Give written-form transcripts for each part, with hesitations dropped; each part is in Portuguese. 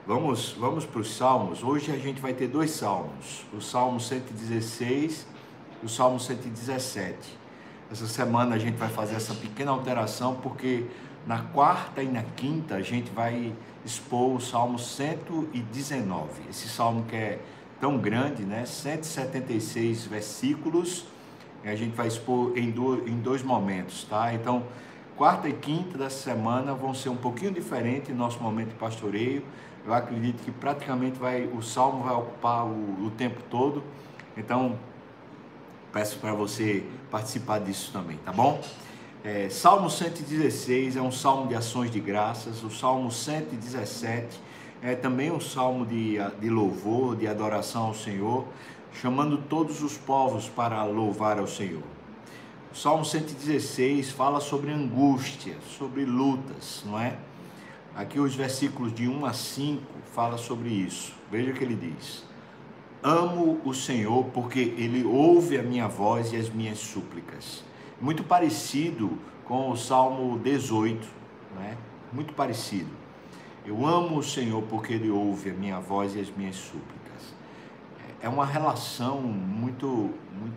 Vamos para os salmos. Hoje a gente vai ter dois salmos, o Salmo 116 e o Salmo 117. Essa semana a gente vai fazer essa pequena alteração porque na quarta e na quinta a gente vai expor o Salmo 119. Esse salmo que é tão grande, né? 176 versículos, e a gente vai expor em dois momentos, tá? Então, quarta e quinta dessa semana vão ser um pouquinho diferente no nosso momento de pastoreio. Eu acredito que praticamente o salmo vai ocupar o tempo todo. Então, peço para você participar disso também, tá bom? Salmo 116 é um salmo de ações de graças. O Salmo 117 é também um salmo de louvor, de adoração ao Senhor, chamando todos os povos para louvar ao Senhor. O Salmo 116 fala sobre angústia, sobre lutas, não é? Aqui os versículos de 1 a 5 fala sobre isso. Veja o que ele diz: amo o Senhor porque Ele ouve a minha voz e as minhas súplicas. Muito parecido com o Salmo 18, né? Muito parecido. Eu amo o Senhor porque Ele ouve a minha voz e as minhas súplicas. É uma relação muito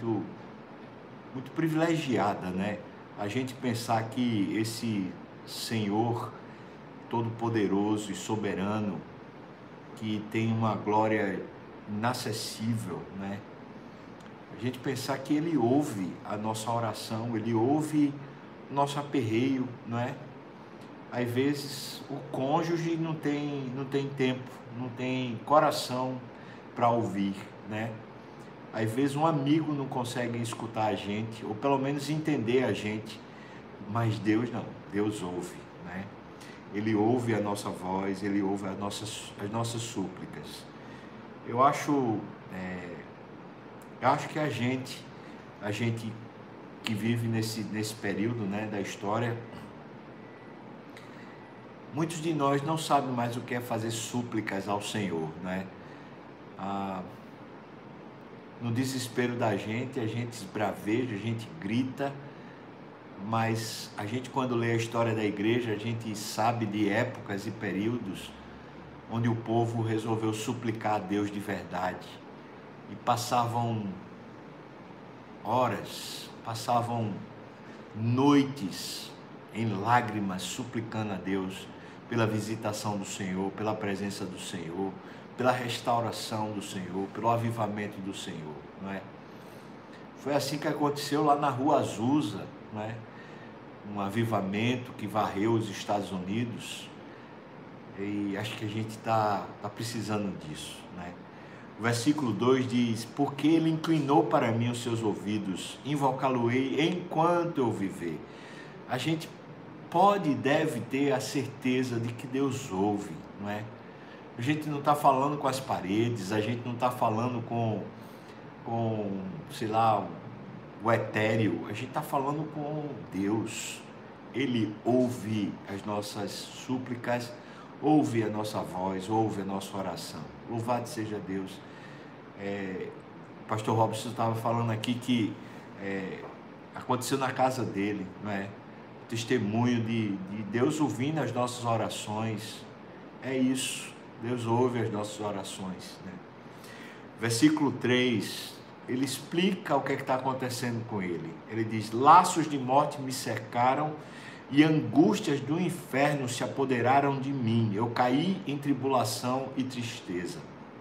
privilegiada, né? A gente pensar que esse Senhor todo-poderoso e soberano, que tem uma glória inacessível, né? A gente pensar que Ele ouve a nossa oração, Ele ouve o nosso aperreio, não é? Às vezes o cônjuge não tem tempo, não tem coração para ouvir, né? Às vezes um amigo não consegue escutar a gente, ou pelo menos entender a gente, mas Deus não, Deus ouve, né? Ele ouve a nossa voz, Ele ouve as nossas súplicas. Eu acho que a gente que vive nesse período, né, da história, muitos de nós não sabem mais o que é fazer súplicas ao Senhor, né? No desespero da gente, a gente esbraveja, a gente grita, mas a gente, quando lê a história da igreja, a gente sabe de épocas e períodos onde o povo resolveu suplicar a Deus de verdade, e passavam horas, passavam noites em lágrimas, suplicando a Deus pela visitação do Senhor, pela presença do Senhor, pela restauração do Senhor, pelo avivamento do Senhor, não é? Foi assim que aconteceu lá na Rua Azusa, não é? Um avivamento que varreu os Estados Unidos, e acho que a gente está precisando disso, né? O versículo 2 diz: porque Ele inclinou para mim os seus ouvidos, invocá-lo-ei enquanto eu viver. A gente pode e deve ter a certeza de que Deus ouve, não é? A gente não está falando com as paredes, a gente não está falando com, sei lá, o etéreo, a gente está falando com Deus. Ele ouve as nossas súplicas, ouve a nossa voz, ouve a nossa oração. Louvado seja Deus. Pastor Robson estava falando aqui que aconteceu na casa dele, não é? Testemunho de Deus ouvindo as nossas orações. É isso, Deus ouve as nossas orações, né? Versículo 3, ele explica o que está acontecendo com ele. Ele diz: laços de morte me cercaram e angústias do inferno se apoderaram de mim. Eu caí em tribulação e tristeza.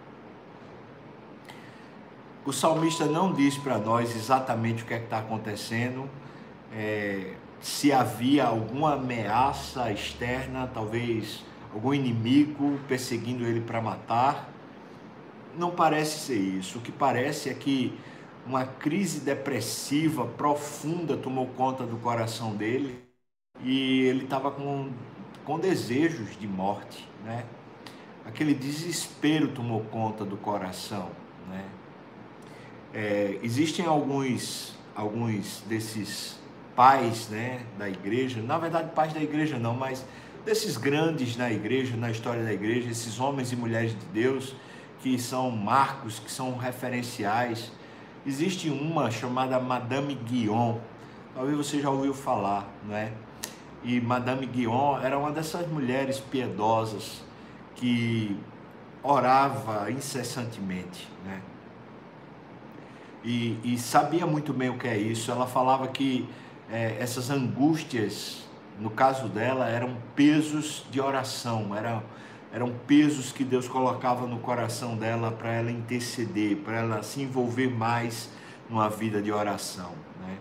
O salmista não diz para nós exatamente o que está acontecendo, se havia alguma ameaça externa, talvez algum inimigo perseguindo ele para matar. Não parece ser isso. O que parece é que uma crise depressiva profunda tomou conta do coração dele, e ele estava com desejos de morte, né? Aquele desespero tomou conta do coração, né? Existem alguns desses pais, né, da igreja, na verdade pais da igreja não, mas desses grandes na igreja, na história da igreja, esses homens e mulheres de Deus que são marcos, que são referenciais. Existe uma chamada Madame Guyon, talvez você já ouviu falar, não é? E Madame Guyon era uma dessas mulheres piedosas que orava incessantemente, né? E sabia muito bem o que é isso. Ela falava que essas angústias, no caso dela, eram pesos de oração, eram pesos que Deus colocava no coração dela para ela interceder, para ela se envolver mais numa vida de oração, né?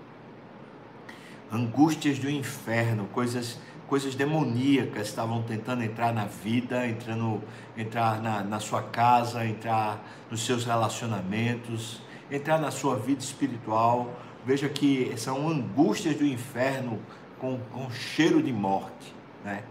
Angústias do inferno, coisas demoníacas estavam tentando entrar na vida, entrar na sua casa, entrar nos seus relacionamentos, entrar na sua vida espiritual. Veja que são angústias do inferno com cheiro de morte, né?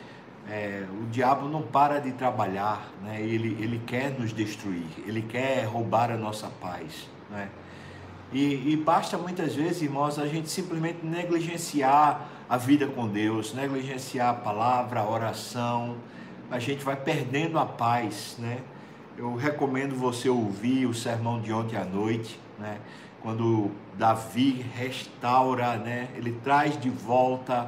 O diabo não para de trabalhar, né? Ele quer nos destruir, ele quer roubar a nossa paz, né? E basta muitas vezes, irmãos, a gente simplesmente negligenciar a vida com Deus, negligenciar a palavra, a oração, a gente vai perdendo a paz, né? Eu recomendo você ouvir o sermão de ontem à noite, né? Quando Davi restaura, né? Ele traz de volta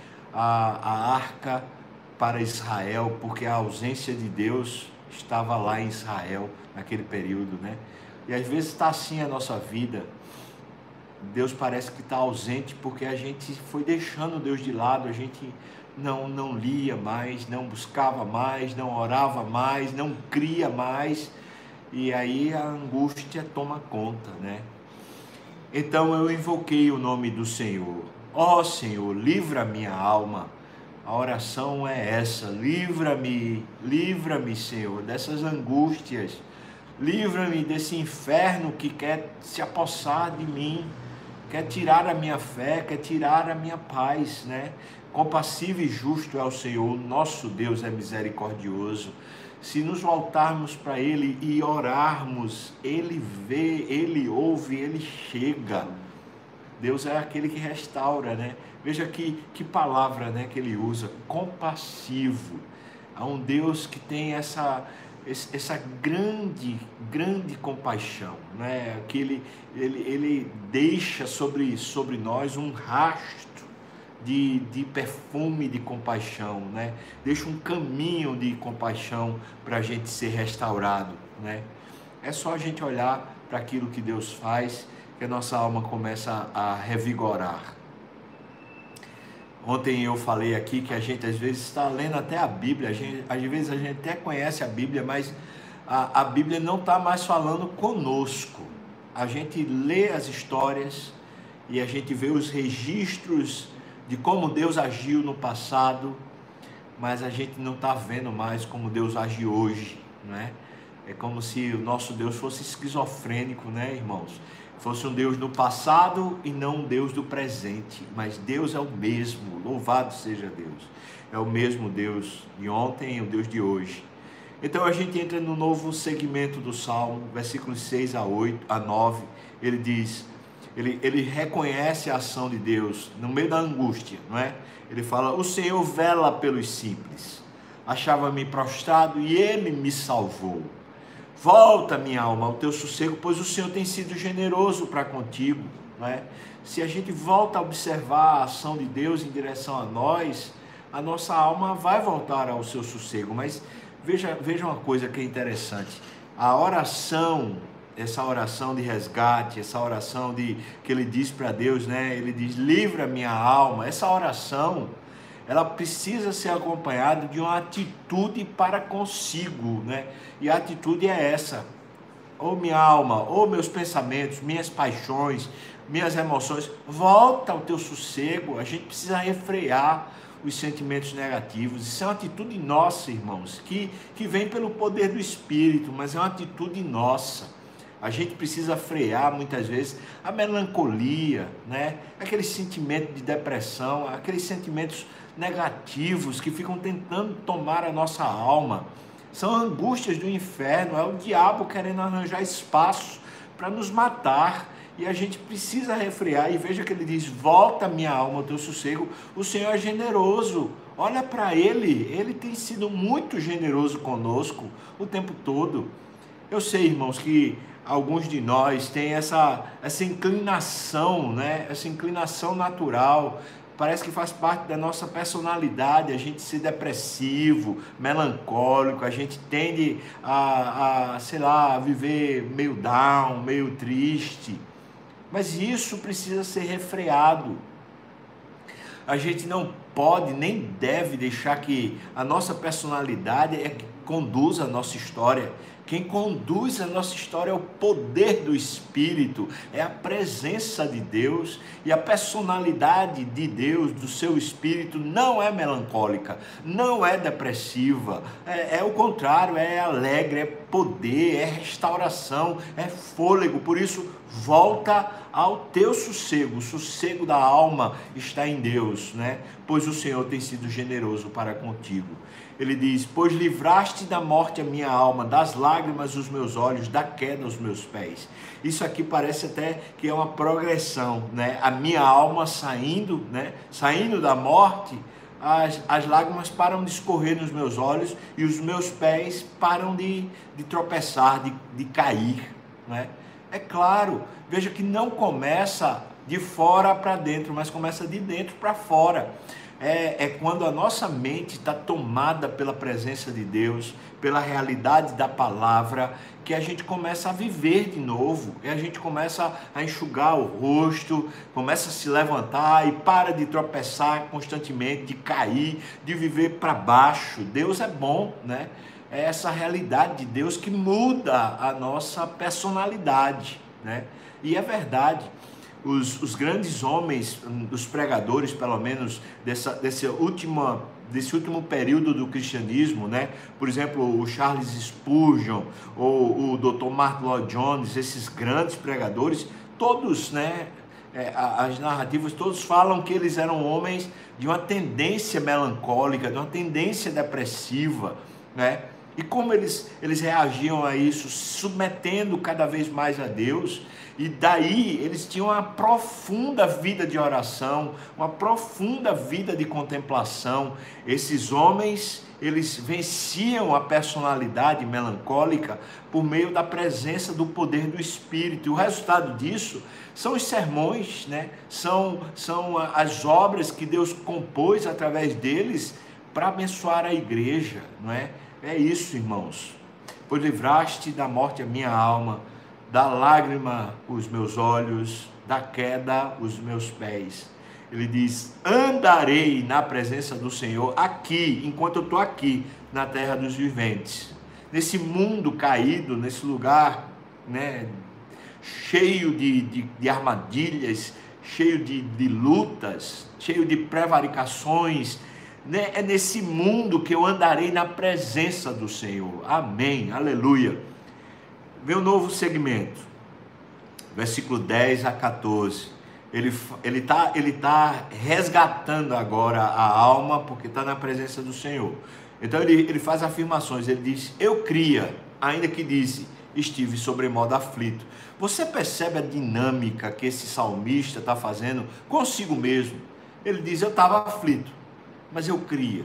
a arca para Israel, porque a ausência de Deus estava lá em Israel naquele período, né? E às vezes está assim a nossa vida. Deus parece que está ausente porque a gente foi deixando Deus de lado, a gente não lia mais, não buscava mais, não orava mais, não cria mais, e aí a angústia toma conta, né? Então eu invoquei o nome do Senhor. Ó Senhor, livra minha alma. A oração é essa: livra-me, Senhor, dessas angústias. Livra-me desse inferno que quer se apossar de mim, quer tirar a minha fé, quer tirar a minha paz, né? Compassivo e justo é o Senhor, nosso Deus é misericordioso. Se nos voltarmos para Ele e orarmos, Ele vê, Ele ouve, Ele chega. Deus é aquele que restaura, né? Veja que palavra, né, que Ele usa: compassivo. Há um Deus que tem essa grande compaixão, né? Que ele deixa sobre nós um rastro de perfume de compaixão, né? Deixa um caminho de compaixão para a gente ser restaurado, né? É só a gente olhar para aquilo que Deus faz, que a nossa alma começa a revigorar. Ontem eu falei aqui que a gente às vezes está lendo até a Bíblia, às vezes a gente até conhece a Bíblia, mas a Bíblia não está mais falando conosco. A gente lê as histórias e a gente vê os registros de como Deus agiu no passado, mas a gente não está vendo mais como Deus age hoje, né? É como se o nosso Deus fosse esquizofrênico, né, irmãos? Fosse um Deus do passado e não um Deus do presente, mas Deus é o mesmo, louvado seja Deus. É o mesmo Deus de ontem e o Deus de hoje. Então a gente entra no novo segmento do Salmo, versículos 6 a 9, ele diz, ele reconhece a ação de Deus no meio da angústia, não é? Ele fala: o Senhor vela pelos simples, achava-me prostrado e Ele me salvou. Volta, minha alma, ao teu sossego, pois o Senhor tem sido generoso para contigo, não é? Se a gente volta a observar a ação de Deus em direção a nós, a nossa alma vai voltar ao seu sossego. Mas veja uma coisa que é interessante: a oração, essa oração de resgate, essa oração que ele diz para Deus, né? Ele diz: livra minha alma. Essa oração, ela precisa ser acompanhada de uma atitude para consigo, né? E a atitude é essa: ô minha alma, ô meus pensamentos, minhas paixões, minhas emoções, volta ao teu sossego. A gente precisa refrear os sentimentos negativos. Isso é uma atitude nossa, irmãos, que vem pelo poder do Espírito, mas é uma atitude nossa. A gente precisa frear muitas vezes a melancolia, né? Aquele sentimento de depressão, aqueles sentimentos negativos que ficam tentando tomar a nossa alma. São angústias do inferno, é o diabo querendo arranjar espaço para nos matar. E a gente precisa refrear. E veja que ele diz: volta minha alma ao teu sossego. O Senhor é generoso, olha para Ele, Ele tem sido muito generoso conosco o tempo todo. Eu sei, irmãos, que alguns de nós têm essa inclinação, né? Essa inclinação natural parece que faz parte da nossa personalidade, a gente ser depressivo, melancólico, a gente tende sei lá, a viver meio down, meio triste. Mas isso precisa ser refreado. A gente não pode nem deve deixar que a nossa personalidade conduza a nossa história. Quem conduz a nossa história é o poder do Espírito, é a presença de Deus, e a personalidade de Deus, do seu Espírito, não é melancólica, não é depressiva, é o contrário, é alegre, é poder, é restauração, é fôlego. Por isso, volta ao teu sossego, o sossego da alma está em Deus, né? Pois o Senhor tem sido generoso para contigo. Ele diz: pois livraste da morte a minha alma, das lágrimas os meus olhos, da queda os meus pés. Isso aqui parece até que é uma progressão, né? A minha alma saindo, né? Saindo da morte, as lágrimas param de escorrer nos meus olhos e os meus pés param de tropeçar, de cair, né? É claro, veja que não começa de fora para dentro, mas começa de dentro para fora. É quando a nossa mente está tomada pela presença de Deus, pela realidade da palavra, que a gente começa a viver de novo, e a gente começa a enxugar o rosto, começa a se levantar e para de tropeçar constantemente, de cair, de viver para baixo. Deus é bom, né? É essa realidade de Deus que muda a nossa personalidade, né? E é verdade. Os grandes homens, os pregadores, pelo menos, desse último período do cristianismo, né? Por exemplo, o Charles Spurgeon, ou o Dr. Martyn Lloyd-Jones, esses grandes pregadores, todos, né? As narrativas, todos falam que eles eram homens de uma tendência melancólica, de uma tendência depressiva, né? E como eles reagiam a isso, submetendo cada vez mais a Deus. E daí eles tinham uma profunda vida de oração, uma profunda vida de contemplação. Esses homens, eles venciam a personalidade melancólica por meio da presença do poder do Espírito. E o resultado disso são os sermões, né? São as obras que Deus compôs através deles para abençoar a igreja, não é? É isso, irmãos. Pois livraste da morte a minha alma, da lágrima os meus olhos, da queda os meus pés. Ele diz: andarei na presença do Senhor aqui, enquanto eu estou aqui na terra dos viventes, nesse mundo caído, nesse lugar, né, cheio de armadilhas, cheio de lutas, cheio de prevaricações, né? É nesse mundo que eu andarei na presença do Senhor. Amém, aleluia. Vem um novo segmento, versículo 10 a 14, ele tá resgatando agora a alma, porque está na presença do Senhor. Então ele faz afirmações, ele diz: eu cria, ainda que disse, estive sobremodo aflito. Você percebe a dinâmica que esse salmista está fazendo consigo mesmo? Ele diz: eu estava aflito, mas eu cria.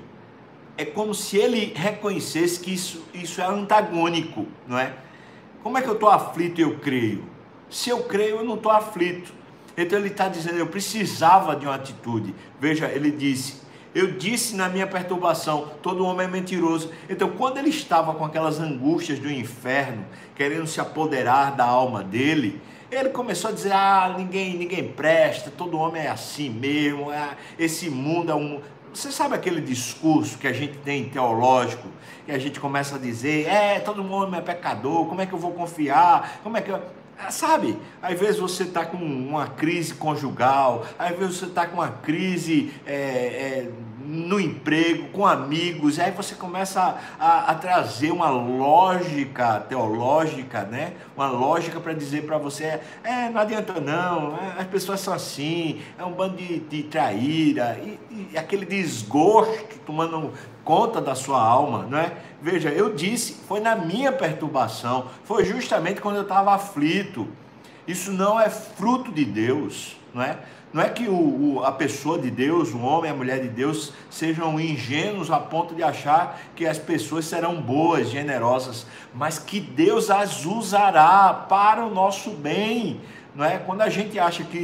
É como se ele reconhecesse que isso é antagônico, não é? Como é que eu estou aflito e eu creio? Se eu creio, eu não estou aflito. Então ele está dizendo: eu precisava de uma atitude. Veja, ele disse: eu disse na minha perturbação, todo homem é mentiroso. Então, quando ele estava com aquelas angústias do inferno, querendo se apoderar da alma dele, ele começou a dizer: ninguém presta, todo homem é assim mesmo, esse mundo é um... Você sabe aquele discurso que a gente tem teológico, que a gente começa a dizer: todo mundo é pecador, como é que eu vou confiar, como é que eu... Sabe, às vezes você está com uma crise conjugal, às vezes você está com uma crise no emprego, com amigos, aí você começa a trazer uma lógica teológica, né? Uma lógica para dizer para você: não adianta não, as pessoas são assim, é um bando de traíra, e aquele desgosto tomando conta da sua alma, não é? Veja, eu disse, foi na minha perturbação, foi justamente quando eu estava aflito. Isso não é fruto de Deus, não é? Não é que a pessoa de Deus, o homem, a mulher de Deus, sejam ingênuos a ponto de achar que as pessoas serão boas, generosas, mas que Deus as usará para o nosso bem, não é? Quando a gente acha que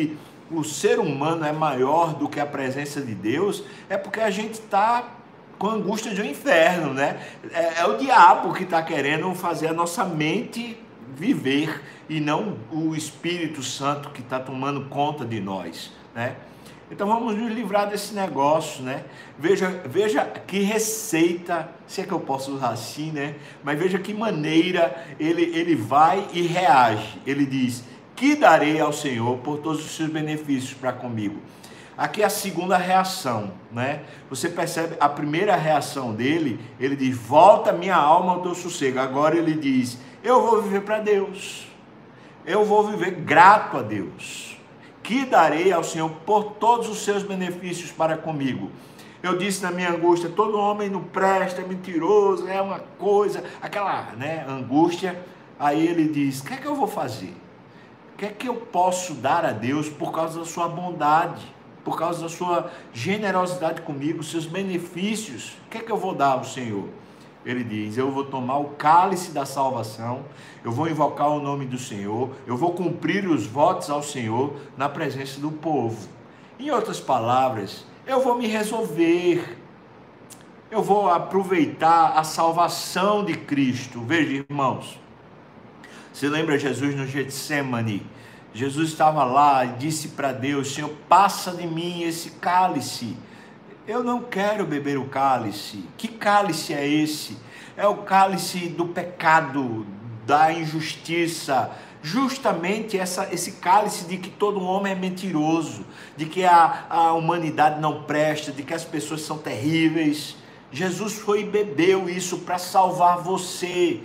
o ser humano é maior do que a presença de Deus, é porque a gente está com a angústia de um inferno, né? É o diabo que está querendo fazer a nossa mente viver e não o Espírito Santo que está tomando conta de nós, né? Então vamos nos livrar desse negócio, né? Veja que receita, se é que eu posso usar assim, né? Mas veja que maneira ele vai e reage. Ele diz: que darei ao Senhor por todos os seus benefícios para comigo. Aqui é a segunda reação, né? Você percebe a primeira reação dele, ele diz: volta minha alma ao teu sossego. Agora ele diz: eu vou viver para Deus, eu vou viver grato a Deus. Que darei ao Senhor por todos os seus benefícios para comigo. Eu disse na minha angústia: todo homem não presta, é mentiroso, é uma coisa, aquela, né, angústia. Aí ele diz: o que é que eu vou fazer? O que é que eu posso dar a Deus por causa da sua bondade, por causa da sua generosidade comigo, seus benefícios? O que é que eu vou dar ao Senhor? Ele diz: eu vou tomar o cálice da salvação, eu vou invocar o nome do Senhor, eu vou cumprir os votos ao Senhor na presença do povo. Em outras palavras, eu vou me resolver, eu vou aproveitar a salvação de Cristo. Veja, irmãos, você lembra Jesus no Getsemane? Jesus estava lá e disse para Deus: Senhor, passa de mim esse cálice. Eu não quero beber o cálice. Que cálice é esse? É o cálice do pecado, da injustiça. Justamente esse cálice de que todo homem é mentiroso, de que a humanidade não presta, de que as pessoas são terríveis. Jesus foi e bebeu isso para salvar você,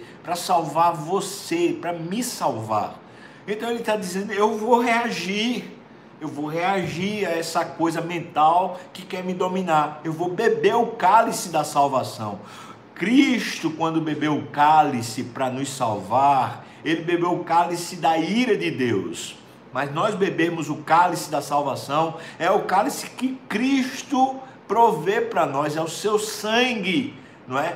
para me salvar. Então ele está dizendo: eu vou reagir a essa coisa mental que quer me dominar. Eu vou beber o cálice da salvação. Cristo, quando bebeu o cálice para nos salvar, ele bebeu o cálice da ira de Deus. Mas nós bebemos o cálice da salvação, é o cálice que Cristo provê para nós, é o seu sangue, não é?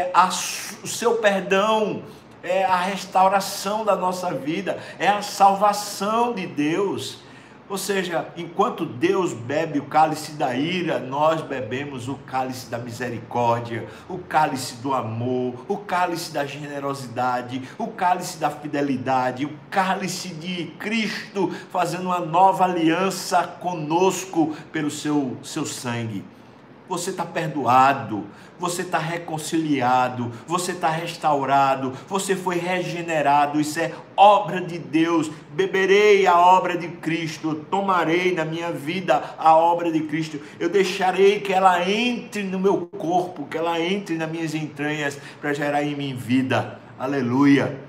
O seu perdão, é a restauração da nossa vida, é a salvação de Deus. Ou seja, enquanto Deus bebe o cálice da ira, nós bebemos o cálice da misericórdia, o cálice do amor, o cálice da generosidade, o cálice da fidelidade, o cálice de Cristo fazendo uma nova aliança conosco pelo seu sangue. Você está perdoado, você está reconciliado, você está restaurado, você foi regenerado. Isso é obra de Deus. Beberei a obra de Cristo, tomarei na minha vida a obra de Cristo. Eu deixarei que ela entre no meu corpo, que ela entre nas minhas entranhas para gerar em mim vida. Aleluia.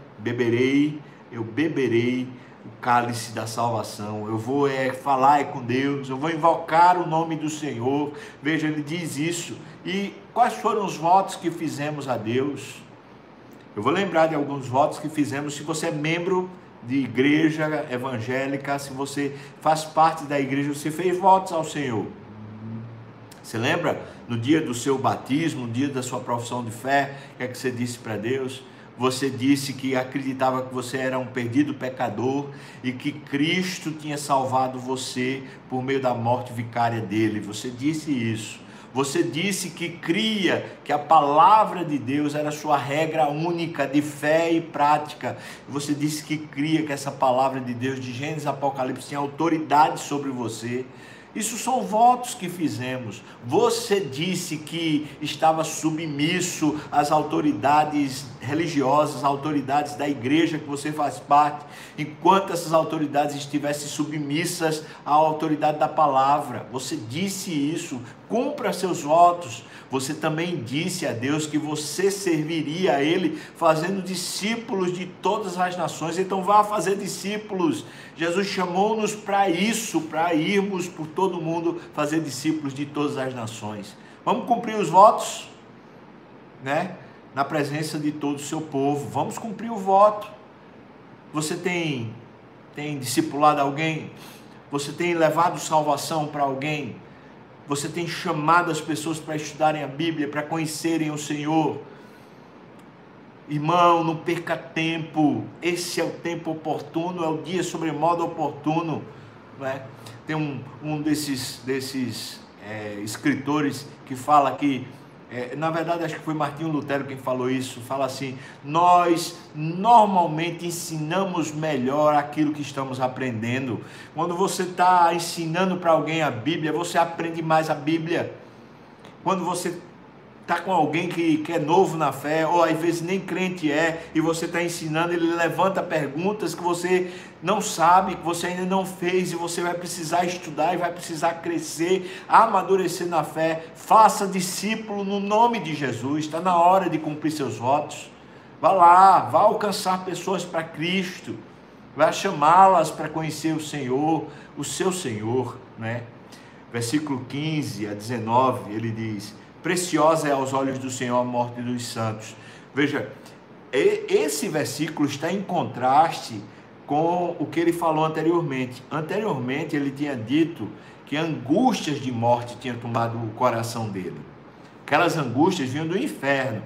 Eu beberei o cálice da salvação. Eu vou falar com Deus, eu vou invocar o nome do Senhor. Veja, ele diz isso. E quais foram os votos que fizemos a Deus? Eu vou lembrar de alguns votos que fizemos. Se você é membro de igreja evangélica, se você faz parte da igreja, você fez votos ao Senhor. Você lembra? No dia do seu batismo, no dia da sua profissão de fé, o que é que você disse para Deus? Você disse que acreditava que você era um perdido pecador e que Cristo tinha salvado você por meio da morte vicária dele. Você disse isso. Você disse que cria que a palavra de Deus era a sua regra única de fé e prática. Você disse que cria que essa palavra de Deus de Gênesis e Apocalipse tinha autoridade sobre você. Isso são votos que fizemos. Você disse que estava submisso às autoridades religiosas, às autoridades da igreja que você faz parte, enquanto essas autoridades estivessem submissas à autoridade da palavra. Você disse isso. Cumpra seus votos. Você também disse a Deus que você serviria a Ele fazendo discípulos de todas as nações. Então vá fazer discípulos. Jesus chamou-nos para isso, para irmos por todo mundo fazer discípulos de todas as nações. Vamos cumprir os votos, né? Na presença de todo o seu povo. Vamos cumprir o voto. Você tem discipulado alguém? Você tem levado salvação para alguém? Você tem chamado as pessoas para estudarem a Bíblia, para conhecerem o Senhor? Irmão, não perca tempo. Esse é o tempo oportuno, é o dia sobremodo oportuno. né? Tem um desses escritores que fala que, na verdade acho que foi Martinho Lutero quem falou isso, fala assim: nós normalmente ensinamos melhor aquilo que estamos aprendendo. Quando você está ensinando para alguém a Bíblia, você aprende mais a Bíblia. Quando você está com alguém que é novo na fé, ou às vezes nem crente e você está ensinando, ele levanta perguntas que você não sabe, que você ainda não fez, e você vai precisar estudar e vai precisar crescer, amadurecer na fé. Faça discípulo no nome de Jesus. Está na hora de cumprir seus votos. Vá lá, vá alcançar pessoas para Cristo, vai chamá-las para conhecer o Senhor, o seu Senhor, né? Versículo 15 a 19, ele diz: preciosa é aos olhos do Senhor a morte dos santos. Veja, esse versículo está em contraste com o que ele falou anteriormente. Anteriormente ele tinha dito que angústias de morte tinham tomado o coração dele. Aquelas angústias vinham do inferno.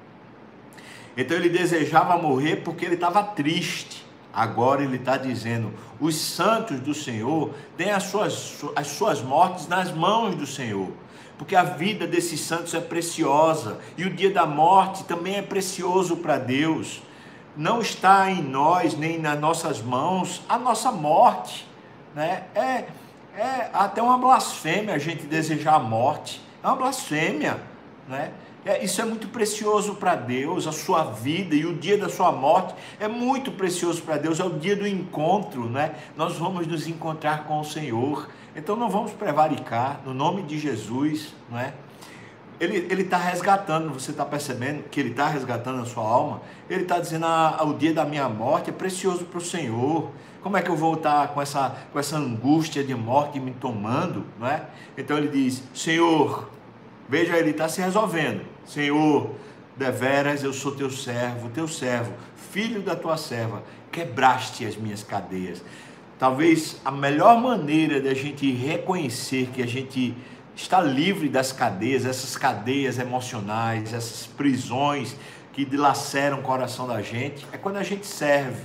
Então ele desejava morrer porque ele estava triste. Agora ele está dizendo: os santos do Senhor têm as suas mortes nas mãos do Senhor, porque a vida desses santos é preciosa, e o dia da morte também é precioso para Deus. Não está em nós, nem nas nossas mãos, a nossa morte, né? É até uma blasfêmia a gente desejar a morte, é uma blasfêmia, né? Isso é muito precioso para Deus, a sua vida e o dia da sua morte é muito precioso para Deus, é o dia do encontro, né? Nós vamos nos encontrar com o Senhor, então não vamos prevaricar, no nome de Jesus, não é? Ele está resgatando, você está percebendo que ele está resgatando a sua alma? Ele está dizendo: o dia da minha morte é precioso para o Senhor. Como é que eu vou estar com essa angústia de morte me tomando, não é? Então ele diz: Senhor, veja, ele está se resolvendo. Senhor, deveras eu sou teu servo, filho da tua serva, quebraste as minhas cadeias. Talvez a melhor maneira de a gente reconhecer que a gente está livre das cadeias, essas cadeias emocionais, essas prisões que dilaceram o coração da gente, é quando a gente serve.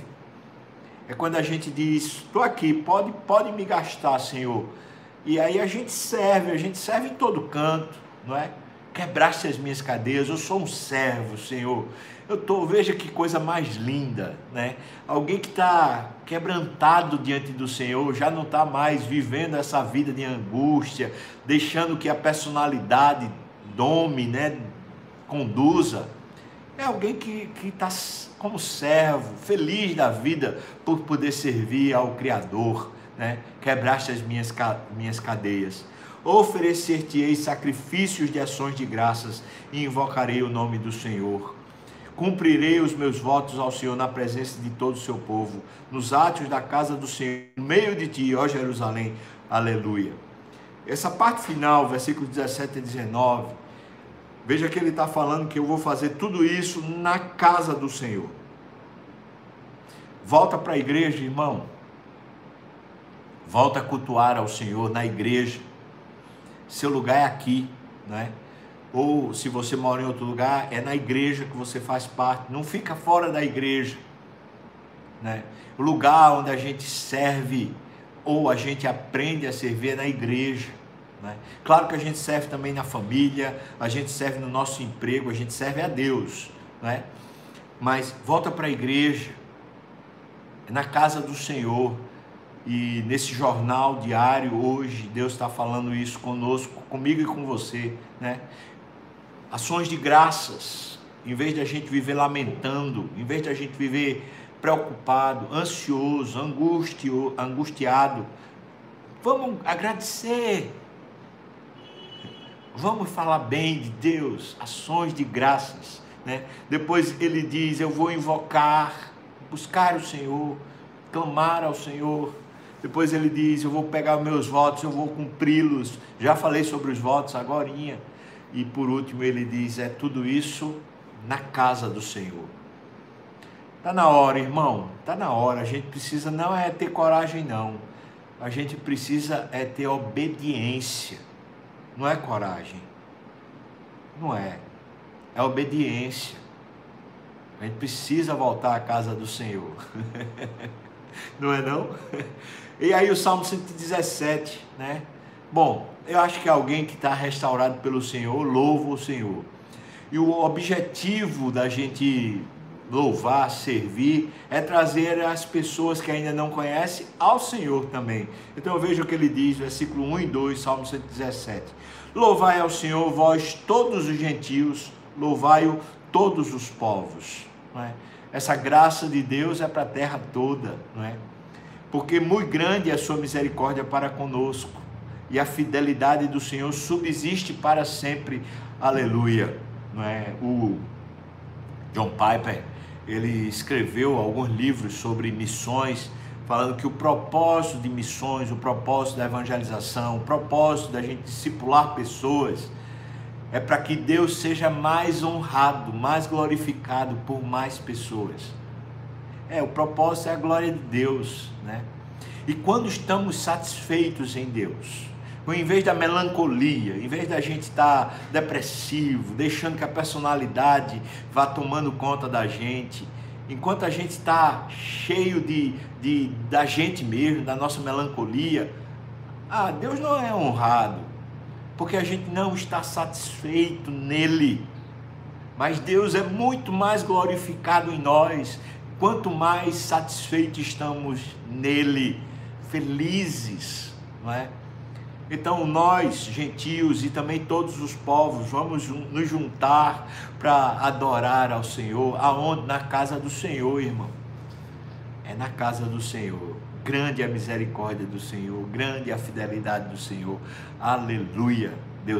É quando a gente diz: estou aqui, pode me gastar, Senhor. E aí a gente serve em todo canto, não é? Quebraste as minhas cadeias, eu sou um servo, Senhor. Veja que coisa mais linda, né? Alguém que está quebrantado diante do Senhor, já não está mais vivendo essa vida de angústia, deixando que a personalidade dome, né? Conduza. É alguém que está como servo, feliz da vida por poder servir ao Criador, né? Quebraste as minhas cadeias. Oferecer-te-ei sacrifícios de ações de graças e invocarei o nome do Senhor. Cumprirei os meus votos ao Senhor na presença de todo o seu povo, nos átrios da casa do Senhor, no meio de ti, ó Jerusalém. Aleluia. Essa parte final, versículos 17 e 19, veja que ele está falando que eu vou fazer tudo isso na casa do Senhor. Volta para a igreja, irmão. Volta a cultuar ao Senhor na igreja. Seu lugar é aqui, né? Ou se você mora em outro lugar, é na igreja que você faz parte. Não fica fora da igreja, né? O lugar onde a gente serve ou a gente aprende a servir é na igreja, né? Claro que a gente serve também na família, a gente serve no nosso emprego, a gente serve a Deus, né? Mas volta para a igreja, é na casa do Senhor. E nesse jornal diário hoje, Deus está falando isso conosco, comigo e com você, né? Ações de graças, em vez de a gente viver lamentando, em vez de a gente viver preocupado, ansioso, angustiado, vamos agradecer, vamos falar bem de Deus, ações de graças, né? Depois ele diz: eu vou invocar, buscar o Senhor, clamar ao Senhor. Depois ele diz: eu vou pegar os meus votos, eu vou cumpri-los. Já falei sobre os votos agorinha. E por último ele diz: é tudo isso na casa do Senhor. Está na hora, irmão, está na hora. A gente precisa não é ter coragem, não. A gente precisa é ter obediência. Não é coragem. Não é. É obediência. A gente precisa voltar à casa do Senhor. Não é não? E aí o Salmo 117, né? Bom, eu acho que alguém que está restaurado pelo Senhor, louva o Senhor. E o objetivo da gente louvar, servir, é trazer as pessoas que ainda não conhecem ao Senhor também. Então eu vejo o que ele diz, versículo 1 e 2, Salmo 117. Louvai ao Senhor, vós todos os gentios, louvai-o todos os povos. Não é? Essa graça de Deus é para a terra toda, não é? Porque muito grande é a sua misericórdia para conosco, e a fidelidade do Senhor subsiste para sempre. Aleluia. Não é? O John Piper, ele escreveu alguns livros sobre missões, falando que o propósito de missões, o propósito da evangelização, o propósito da gente discipular pessoas, é para que Deus seja mais honrado, mais glorificado por mais pessoas. O propósito é a glória de Deus, né? E quando estamos satisfeitos em Deus, em vez da melancolia, em vez da gente estar depressivo, deixando que a personalidade vá tomando conta da gente, enquanto a gente está cheio da gente mesmo, da nossa melancolia, Deus não é honrado, porque a gente não está satisfeito nele. Mas Deus é muito mais glorificado em nós, quanto mais satisfeitos estamos nele, felizes, não é? Então nós, gentios e também todos os povos, vamos nos juntar para adorar ao Senhor. Aonde? Na casa do Senhor, irmão. É na casa do Senhor. Grande é a misericórdia do Senhor, grande é a fidelidade do Senhor. Aleluia.